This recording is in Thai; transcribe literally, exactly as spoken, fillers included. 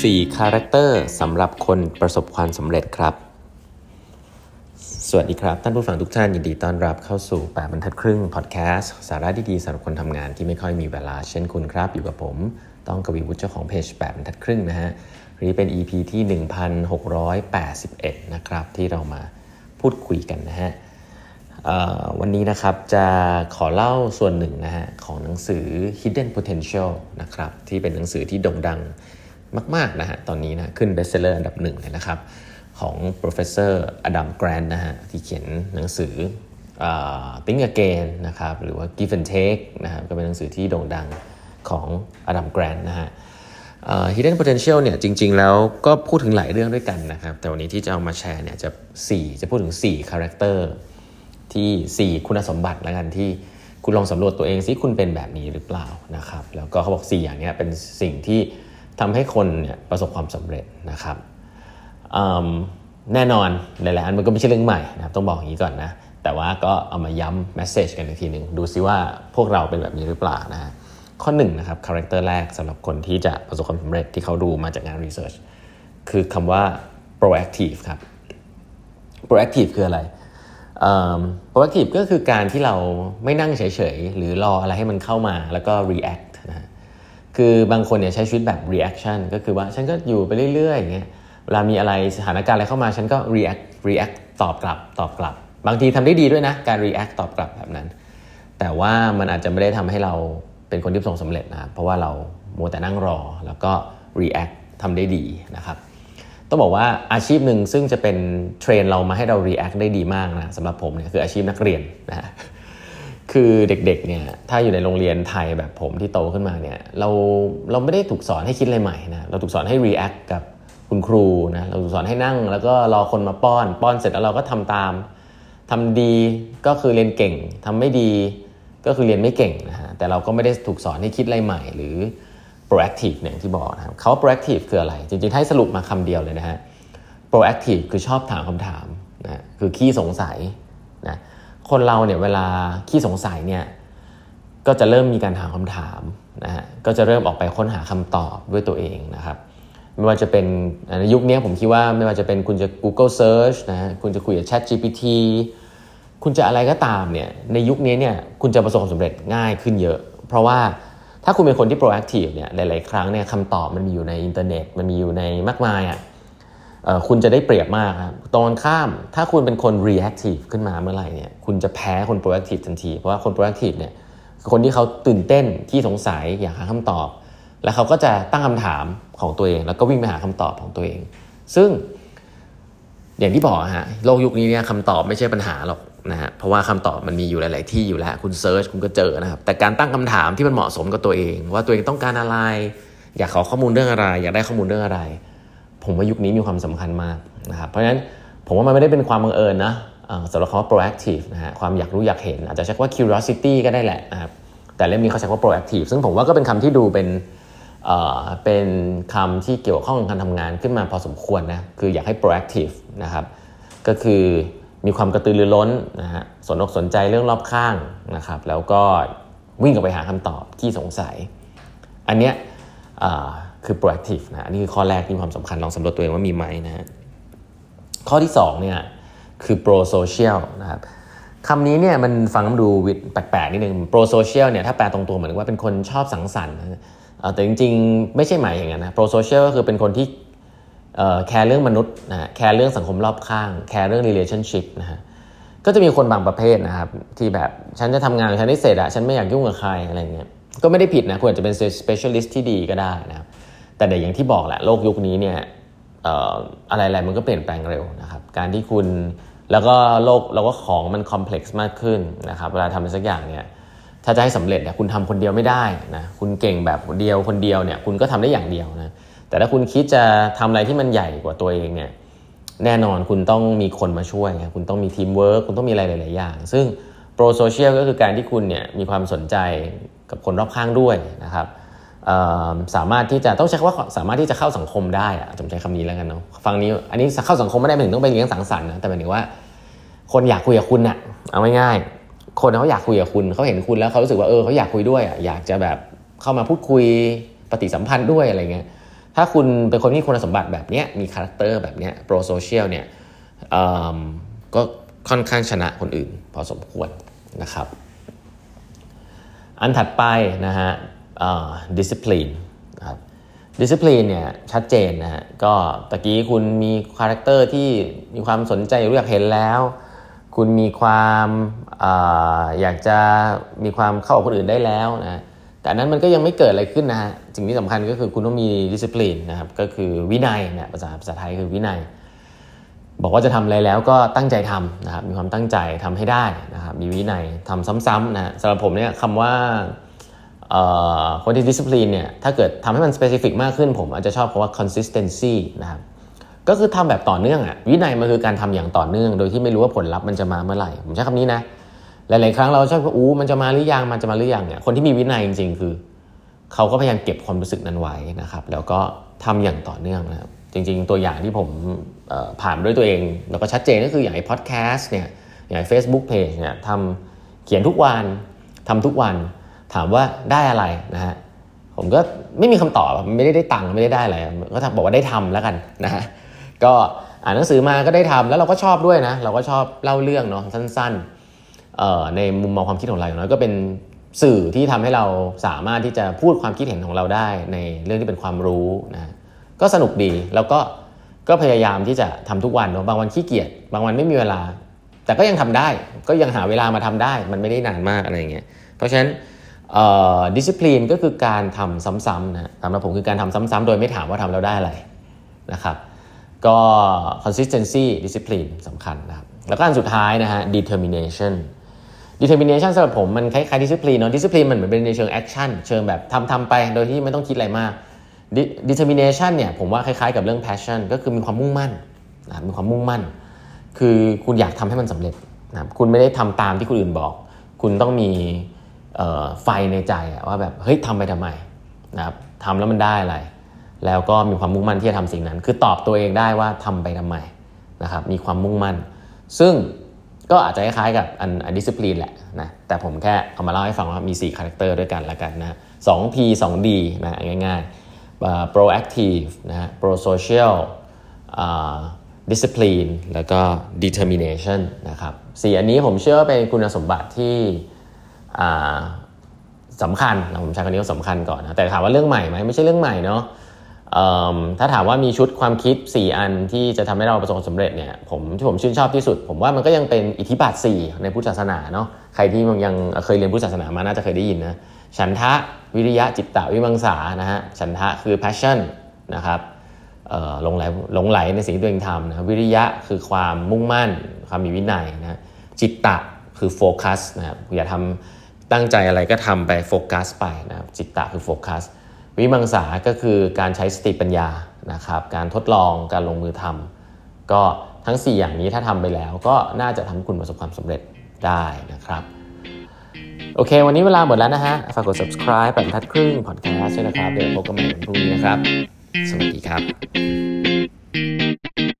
สี่ คาแรคเตอร์สำหรับคนประสบความสำเร็จครับสวัสดีครับท่านผู้ฟังทุกท่านยินดีต้อนรับเข้าสู่แปดบรรทัดครึ่งพอดแคสต์สาระดีๆสำหรับคนทำงานที่ไม่ค่อยมีเวลาเช่นคุณครับอยู่กับผมต้องกวีวุฒิเจ้าของเพจแปดบรรทัดครึ่งนะฮะวันนี้เป็น อี พี ที่ หนึ่งพันหกร้อยแปดสิบเอ็ด นะครับที่เรามาพูดคุยกันนะฮะวันนี้นะครับจะขอเล่าส่วนหนึ่งนะฮะของหนังสือ Hidden Potential นะครับที่เป็นหนังสือที่โด่งดังมากๆนะฮะตอนนี้นะขึ้นเบสเซลเลอร์อันดับหนึ่งเลยนะครับของ Professor Adam Grant นะฮะที่เขียนหนังสือ uh, Think Again นะครับหรือว่า Give and Take นะครับก็เป็นหนังสือที่โด่งดังของ Adam Grant นะฮะ uh, Hidden Potential เนี่ยจริงๆแล้วก็พูดถึงหลายเรื่องด้วยกันนะครับแต่วันนี้ที่จะเอามาแชร์เนี่ยจะสี่จะพูดถึงสี่คาแรคเตอร์ที่สี่คุณสมบัติแล้วกันที่คุณลองสำรวจตัวเองซิคุณเป็นแบบนี้หรือเปล่านะครับแล้วก็เขาบอกสี่อย่างนี้เป็นสิ่งที่ทำให้คนเนี่ยประสบความสำเร็จนะครับแน่นอนหลายๆอันมันก็ไม่ใช่เรื่องใหม่นะครับต้องบอกอย่างนี้ก่อนนะแต่ว่าก็เอามาย้ำเมสเซจกันอีกทีนึงดูซิว่าพวกเราเป็นแบบนี้หรือเปล่านะฮะข้อหนึ่งนะครับคาแรคเตอร์แรกสำหรับคนที่จะประสบความสำเร็จที่เขาดูมาจากงานรีเสิร์ชคือคำว่า proactive ครับ proactive คืออะไรproactive ก็คือการที่เราไม่นั่งเฉยๆหรือรออะไรให้มันเข้ามาแล้วก็ react นะฮะคือบางคนเนี่ยใช้ชีวิตแบบ reaction ก็คือว่าฉันก็อยู่ไปเรื่อยๆอย่างเงี้ยเวลามีอะไรสถานการณ์อะไรเข้ามาฉันก็ react react ตอบกลับตอบกลับบางทีทำได้ดีด้วยนะการ react ตอบกลับแบบนั้นแต่ว่ามันอาจจะไม่ได้ทำให้เราเป็นคนที่ประสบความสำเร็จนะครับเพราะว่าเรามัวแต่นั่งรอแล้วก็ react ทำได้ดีนะครับต้องบอกว่าอาชีพหนึ่งซึ่งจะเป็นเทรนเรามาให้เรา react ได้ดีมากนะสำหรับผมเนี่ยคืออาชีพนักเรียนนะฮะคือเด็กๆเนี่ยถ้าอยู่ในโรงเรียนไทยแบบผมที่โตขึ้นมาเนี่ยเราเราไม่ได้ถูกสอนให้คิดอะไรใหม่นะเราถูกสอนให้ react กับคุณครูนะเราถูกสอนให้นั่งแล้วก็รอคนมาป้อนป้อนเสร็จแล้วเราก็ทำตามทำดีก็คือเรียนเก่งทำไม่ดีก็คือเรียนไม่เก่งนะฮะแต่เราก็ไม่ได้ถูกสอนให้คิดอะไรใหม่หรือproactive เนี่ยที่บอกนะครับเขา proactive คืออะไรจริงๆถ้าสรุปมาคำเดียวเลยนะฮะ proactive คือชอบถามคำถามนะคือขี้สงสัยนะคนเราเนี่ยเวลาขี้สงสัยเนี่ยก็จะเริ่มมีการถามคำถามนะฮะก็จะเริ่มออกไปค้นหาคำตอบด้วยตัวเองนะครับไม่ว่าจะเป็นในยุคนี้ผมคิดว่าไม่ว่าจะเป็นคุณจะ Google Search นะคุณจะคุยกับ Chat จี พี ที คุณจะอะไรก็ตามเนี่ยในยุคนี้เนี่ยคุณจะประสบความสำเร็จง่ายขึ้นเยอะเพราะว่าถ้าคุณเป็นคนที่ proactive เนี่ยหลายๆครั้งเนี่ยคำตอบมันมีอยู่ในอินเทอร์เน็ตมันมีอยู่ในมากมายอ่ะเอ่อคุณจะได้เปรียบมากครับตรงข้ามถ้าคุณเป็นคน reactive ขึ้นมาเมื่อไหร่เนี่ยคุณจะแพ้คน proactive ทันทีเพราะว่าคน proactive เนี่ยคือคนที่เขาตื่นเต้นที่สงสัยอยากหาคำตอบแล้วเขาก็จะตั้งคำถามของตัวเองแล้วก็วิ่งไปหาคำตอบของตัวเองซึ่งอย่างที่บอกฮะโลกยุคนี้เนี่ยคำตอบไม่ใช่ปัญหาหรอกนะฮะเพราะว่าคำตอบมันมีอยู่หลายๆที่อยู่แล้วคุณเซิร์ชคุณก็เจอนะครับแต่การตั้งคำถามที่มันเหมาะสมกับตัวเองว่าตัวเองต้องการอะไรอยากขอข้อมูลเรื่องอะไรอยากได้ข้อมูลเรื่องอะไรผมว่ายุคนี้มีความสำคัญมากนะครับเพราะฉะนั้นผมว่ามันไม่ได้เป็นความบังเอิญนะสำหรับคำว่า proactive นะฮะความอยากรู้อยากเห็นอาจจะใช้คำว่า curiosity ก็ได้แหละนะครับแต่เล่มนี้เขาใช้คำว่า proactive ซึ่งผมว่าก็เป็นคำที่ดูเป็นเอ่อเป็นคำที่เกี่ยวข้องกับการทำงานขึ้นมาพอสมควรนะคืออยากให้ proactive นะครับก็คือมีความกระตือรือร้นนะฮะสนอกสนใจเรื่องรอบข้างนะครับแล้วก็วิ่งออกไปหาคำตอบที่สงสัยอันเนี้ยคือ proactive นะอันนี้คือข้อแรกที่มีความสำคัญลองสำรวจตัวเองว่ามีไหมนะฮะข้อที่สองเนี่ยคือ pro social นะครับคำนี้เนี่ยมันฟังดูแปลกๆนิดนึง pro social เนี่ยถ้าแปลตรงตัวเหมือนว่าเป็นคนชอบสังสรรค์นะแต่จริงๆไม่ใช่หมายอย่างนั้นนะ pro social ก็คือเป็นคนที่แคร์เรื่องมนุษย์นะแคร์เรื่องสังคมรอบข้างแคร์เรื่อง relationship นะฮะก็จะมีคนบางประเภทนะครับที่แบบฉันจะทำงานฉันได้เสร็จอะฉันไม่อยากยุ่งกับใครอะไรเงี้ยก็ไม่ได้ผิดนะควรจะเป็น specialist ที่ดีก็ได้นะครับแต่อย่างที่บอกแหละโลกยุคนี้เนี่ยเอ่ออะไรๆมันก็เปลี่ยนแปลงเร็วนะครับการที่คุณแล้วก็โลกแล้วก็ของมัน complex มากขึ้นนะครับเวลาทำอะไรสักอย่างเนี่ยถ้าจะให้สำเร็จเนี่ยคุณทำคนเดียวไม่ได้นะคุณเก่งแบบเดียวคนเดียวเนี่ยคุณก็ทำได้อย่างเดียวนะแต่ถ้าคุณคิดจะทำอะไรที่มันใหญ่กว่าตัวเองเนี่ยแน่นอนคุณต้องมีคนมาช่วยคุณต้องมีทีมเวิร์คคุณต้องมีอะไรหลายๆอย่างซึ่งโปรโซเชียลก็คือการที่คุณเนี่ยมีความสนใจกับคนรอบข้างด้วยนะครับสามารถที่จะต้องใช้คำว่าสามารถที่จะเข้าสังคมได้อะผมใช้คำนี้แล้วกันเนาะฟังนี้อันนี้เข้าสังคมไม่ได้หมายถึงต้องไปเลี้ยงสังสรรค์นะแต่หมายถึงว่าคนอยากคุยกับคุณน่ะเอาง่ายๆคนเขาอยากคุยกับคุณเขาเห็นคุณแล้วเขารู้สึกว่าเออเขาอยากคุยด้วยอ่ะอยากจะแบบเข้ามาพูดคุยปฏิสัมพันธ์ด้วยอะไรเงี้ยถ้าคุณเป็นคนที่มีคุณสมบัติแบบนี้มีคาแรคเตอร์แบบนี้โปรโซเชียลเนี่ยก็ค่อนข้างชนะคนอื่นพอสมควรนะครับอันถัดไปนะฮะdiscipline นะครับ discipline เนี่ยชัดเจนนะฮะก็ตะกี้คุณมีคาแรคเตอร์ที่มีความสนใจอยากเห็นแล้วคุณมีความออยากจะมีความเข้ากับคนอื่นได้แล้วนะแต่นั้นมันก็ยังไม่เกิดอะไรขึ้นนะฮะสิ่งที่สำคัญก็คือคุณต้องมี discipline นะครับก็คือวินัยเนี่ยภาษาภาษาไทยคือวินัยบอกว่าจะทำอะไรแล้วก็ตั้งใจทำนะครับมีความตั้งใจทำให้ได้นะครับมีวินัยทำซ้ำๆนะสำหรับผมเนี่ยคำว่าคนที่ discipline เนี่ยถ้าเกิดทำให้มัน specific มากขึ้นผมอาจจะชอบคำว่า consistency นะครับก็คือทำแบบต่อเนื่องอ่ะวินัยมันคือการทำอย่างต่อเนื่องโดยที่ไม่รู้ว่าผลลัพธ์มันจะมาเมื่อไหร่ผมใช้คำนี้นะหลายๆครั้งเราชอบว่าอู้มันจะมาหรือยังมันจะมาหรือยังเนี่ยคนที่มีวินัยจริงๆคือเขาก็พยายามเก็บความรู้สึกนั้นไว้นะครับแล้วก็ทำอย่างต่อเนื่องนะครับจริงๆตัวอย่างที่ผมผ่านด้วยตัวเองแล้วก็ชัดเจนก็คืออย่างไอ้พอดแคสต์เนี่ยอย่างไอ้ Facebook Page เนี่ยทำเขียนทุกวันทำทุกวันถามว่าได้อะไรนะฮะผมก็ไม่มีคำตอบไม่ได้ได้ตังค์ไม่ได้ได้อะไรก็บอกว่าได้ทำแล้วกันนะฮะก็อ่านหนังสือมาก็ได้ทำแล้วเราก็ชอบด้วยนะเราก็ชอบเล่าเรื่องเนาะสั้นๆในมุมมองความคิดของเราอย่างน้อยก็เป็นสื่อที่ทำให้เราสามารถที่จะพูดความคิดเห็นของเราได้ในเรื่องที่เป็นความรู้นะก็สนุกดีแล้วก็ก็พยายามที่จะทำทุกวันเนาะบางวันขี้เกียจบางวันไม่มีเวลาแต่ก็ยังทำได้ก็ยังหาเวลามาทำได้มันไม่ได้นานมากอะไรอย่างเงี้ยเพราะฉะนั้นดิสซิปลินก็คือการทำซ้ำๆนะสำหรับผมคือการทำซ้ำๆโดยไม่ถามว่าทำแล้วได้อะไรนะครับก็ consistency discipline สำคัญนะครับแล้วก็อันสุดท้ายนะฮะ determination determination สำหรับผมมันคล้ายๆ discipline เนาะ discipline มันเหมือนเป็นในเชิง action เชิงแบบทำทำไปโดยที่ไม่ต้องคิดอะไรมาก determination เนี่ยผมว่าคล้ายๆกับเรื่อง passion ก็คือมีความมุ่งมั่นนะมีความมุ่งมั่นคือคุณอยากทำให้มันสำเร็จนะคุณไม่ได้ทำตามที่คนอื่นบอกคุณต้องมีไฟในใจว่าแบบเฮ้ยทำไปทำไมนะครับทำแล้วมันได้อะไรแล้วก็มีความมุ่งมั่นที่จะทำสิ่งนั้นคือตอบตัวเองได้ว่าทำไปทำไมนะครับมีความมุ่งมั่นซึ่งก็อาจจะคล้ายๆกับอันอันดิสซิปลินแหละนะแต่ผมแค่เอามาเล่าให้ฟังว่ามีสี่คาแรคเตอร์ด้วยกันละกันนะสอง P สอง D นะง่ายๆ proactive นะฮะ pro-social discipline แล้วก็ determination นะครับสี่อันนี้ผมเชื่อว่าเป็นคุณสมบัติที่สำคัญนะผมใช้คำนี้ว่าสำคัญก่อนนะแต่ถามว่าเรื่องใหม่ไหมไม่ใช่เรื่องใหม่เนาะถ้าถามว่ามีชุดความคิดสี่อันที่จะทำให้เราประสบความสำเร็จเนี่ยผมที่ผมชื่นชอบที่สุดผมว่ามันก็ยังเป็นอิทธิบาทสี่ในพุทธศาสนาเนาะใครที่ยังเคยเรียนพุทธศาสนามาน่าจะเคยได้ยินนะฉันทะวิริยะจิตตะวิมังสานะฮะฉันทะคือ passion นะครับหลงไหลหลงไหลในสิ่งที่ตัวเองทำนะวิริยะคือความมุ่งมั่นความมีวินัยนะจิตตะคือโฟกัสนะครับอย่าทำตั้งใจอะไรก็ทำไปโฟกัสไปนะครับจิตตะคือโฟกัสวิมังสาก็คือการใช้สติปัญญานะครับการทดลองการลงมือทำก็ทั้งสี่อย่างนี้ถ้าทำไปแล้วก็น่าจะทำให้คุณประสบความสำเร็จได้นะครับโอเควันนี้เวลาหมดแล้วนะฮะฝากกด subscribe แปดบรรทัดครึ่ง podcast ด้วยนะครับเดี๋ยวพบกันใหม่วันพรุ่งนี้นะครับสวัสดีครับ